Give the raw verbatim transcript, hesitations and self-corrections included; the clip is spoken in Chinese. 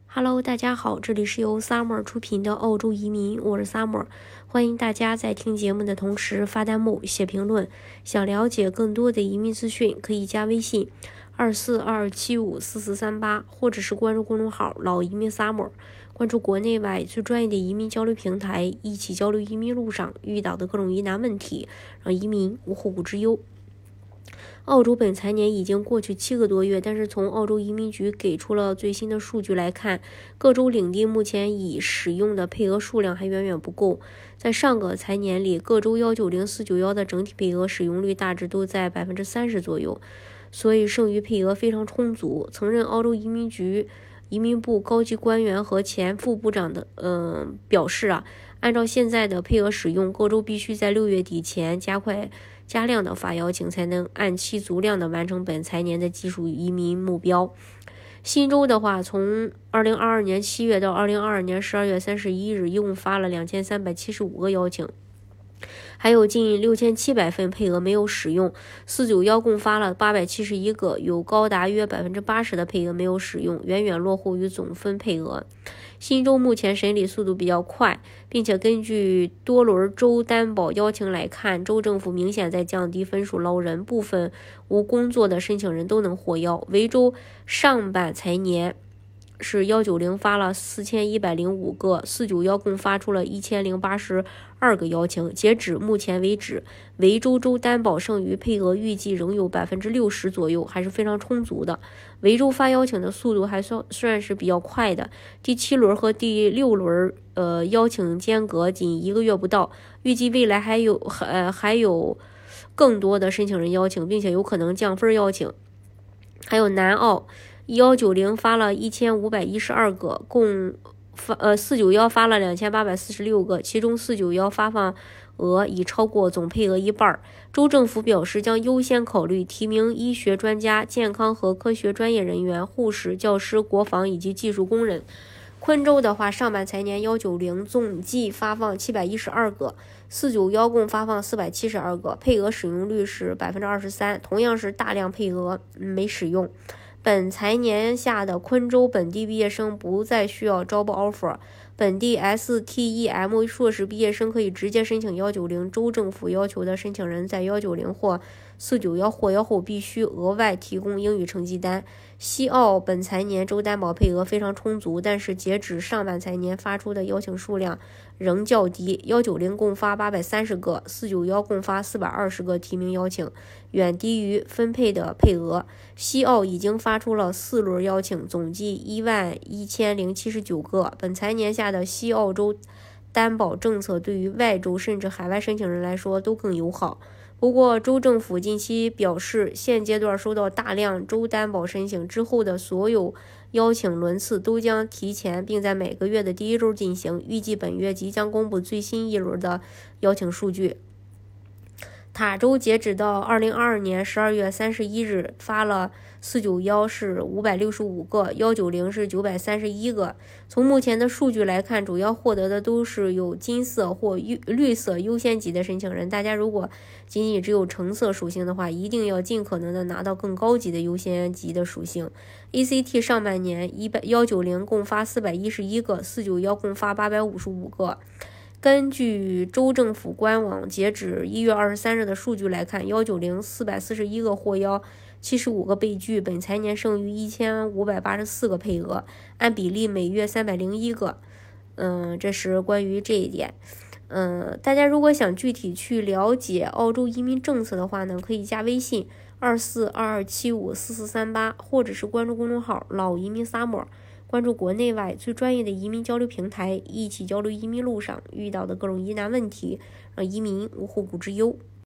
Hello， 大家好，这里是由 Summer 出品的澳洲移民，我是 Summer， 欢迎大家在听节目的同时发弹幕、写评论。想了解更多的移民资讯，可以加微信二四二二七五四四三八，或者是关注公众号老移民 Summer， 关注国内外最专业的移民交流平台，一起交流移民路上遇到的各种疑难问题，让移民无后顾之忧。澳洲本财年已经过去七个多月，但是从澳洲移民局给出了最新的数据来看，各州领地目前已使用的配额数量还远远不够。在上个财年里，各州一九零、四九一的整体配额使用率大致都在百分之三十左右，所以剩余配额非常充足。曾任澳洲移民局移民部高级官员和前副部长的嗯、呃、表示啊，按照现在的配额使用，各州必须在六月底前加快加量的发邀请，才能按期足量的完成本财年的技术移民目标。新州的话，从二零二二年七月到二零二二年十二月三十一日，一共发了两千三百七十五个邀请，还有近六千七百份配额没有使用。四九一共发了八百七十一个，有高达约百分之八十的配额没有使用，远远落后于总分配额。新州目前审理速度比较快，并且根据多轮州担保邀请来看，州政府明显在降低分数捞人，部分无工作的申请人都能获邀。维州上半财年是一九零发了四千一百零五个，四九一共发出了一千零八十二个邀请。截止目前为止，维州州担保剩余配额预计仍有百分之六十左右，还是非常充足的。维州发邀请的速度还算算是比较快的，第七轮和第六轮呃邀请间隔仅一个月不到，预计未来还有呃还有更多的申请人邀请，并且有可能降分邀请。还有南澳一九零发了一千五百一十二个，共发呃四九一发了两千八百四十六个，其中四九一发放额已超过总配额一半。州政府表示将优先考虑提名医学专家、健康和科学专业人员、护士、教师、国防以及技术工人。昆州的话，上半财年一九零总计发放七百一十二个，四九一共发放四百七十二个，配额使用率是百分之二十三，同样是大量配额没使用。本财年下的昆州本地毕业生不再需要招报 offer， 本地 S T E M 硕士毕业生可以直接申请一九零，州政府要求的申请人在一九零或四九一获邀后必须额外提供英语成绩单。西澳本财年州担保配额非常充足，但是截止上半财年发出的邀请数量仍较低，一九零共发八百三十个，四九一共发四百二十个提名邀请，远低于分配的配额。西澳已经发出了四轮邀请，总计一万一千零七十九个。本财年下的西澳州担保政策对于外州甚至海外申请人来说都更友好。不过州政府近期表示，现阶段收到大量州担保申请之后的所有邀请轮次都将提前，并在每个月的第一周进行，预计本月即将公布最新一轮的邀请数据。塔州截止到二零二二年十二月三十一日发了四九一是五百六十五个，一九零是九百三十一个。从目前的数据来看，主要获得的都是有金色或绿色优先级的申请人。大家如果仅仅只有橙色属性的话，一定要尽可能的拿到更高级的优先级的属性。A C T 上半年一九零共发四百一十一个，四九一共发八百五十五个。根据州政府官网截止一月二十三日的数据来看，一九零四百四十一个获邀，七十五个被拒，本财年剩余一千五百八十四个配额，按比例每月三百零一个。嗯，这是关于这一点。嗯，大家如果想具体去了解澳洲移民政策的话呢，可以加微信二四二二七五四四三八，或者是关注公众号老移民 Summer，关注国内外最专业的移民交流平台，一起交流移民路上遇到的各种疑难问题，让移民无后顾之忧。